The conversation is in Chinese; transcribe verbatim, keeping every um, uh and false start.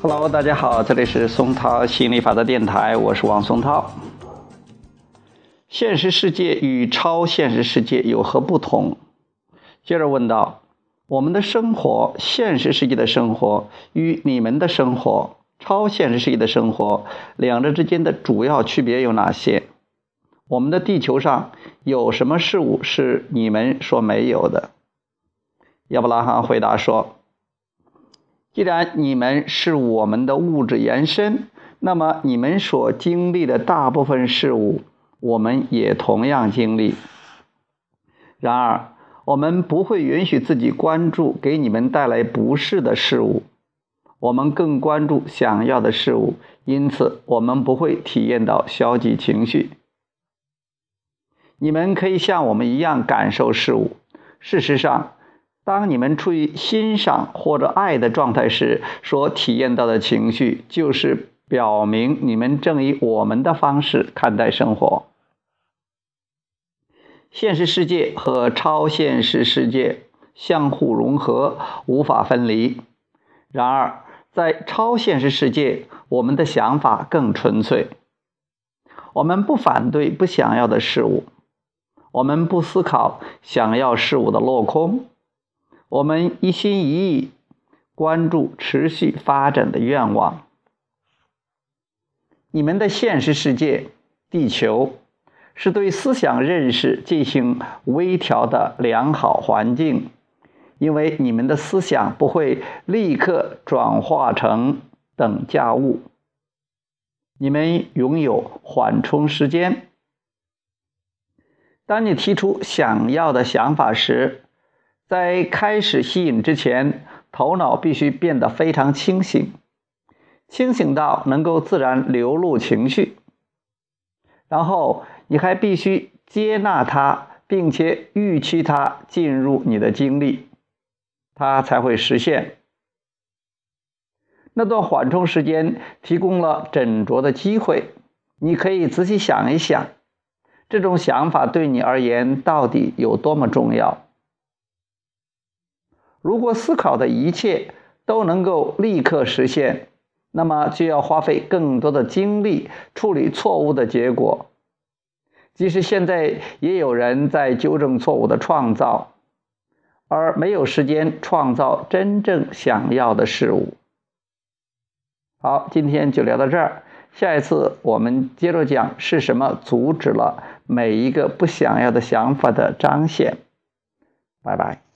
Hello， 大家好，这里是松涛心理法则电台，我是王松涛。现实世界与超现实世界有何不同？接着问道，我们的生活，现实世界的生活与你们的生活，超现实世界的生活，两者之间的主要区别有哪些？我们的地球上有什么事物是你们所没有的？亚伯拉罕回答说，既然你们是我们的物质延伸，那么你们所经历的大部分事物，我们也同样经历。然而，我们不会允许自己关注给你们带来不适的事物，我们更关注想要的事物，因此我们不会体验到消极情绪。你们可以像我们一样感受事物。事实上，当你们处于欣赏或者爱的状态时，所体验到的情绪，就是表明你们正以我们的方式看待生活。现实世界和超现实世界相互融合，无法分离。然而，在超现实世界，我们的想法更纯粹。我们不反对不想要的事物，我们不思考想要事物的落空，我们一心一意关注持续发展的愿望。你们的现实世界，地球，是对思想认识进行微调的良好环境，因为你们的思想不会立刻转化成等价物。你们拥有缓冲时间。当你提出想要的想法时，在开始吸引之前，头脑必须变得非常清醒，清醒到能够自然流露情绪。然后你还必须接纳它，并且预期它进入你的经历，它才会实现。那段缓冲时间提供了斟酌的机会，你可以仔细想一想，这种想法对你而言到底有多么重要。如果思考的一切都能够立刻实现，那么就要花费更多的精力处理错误的结果。即使现在也有人在纠正错误的创造，而没有时间创造真正想要的事物。好，今天就聊到这儿，下一次我们接着讲是什么阻止了每一个不想要的想法的彰显。拜拜。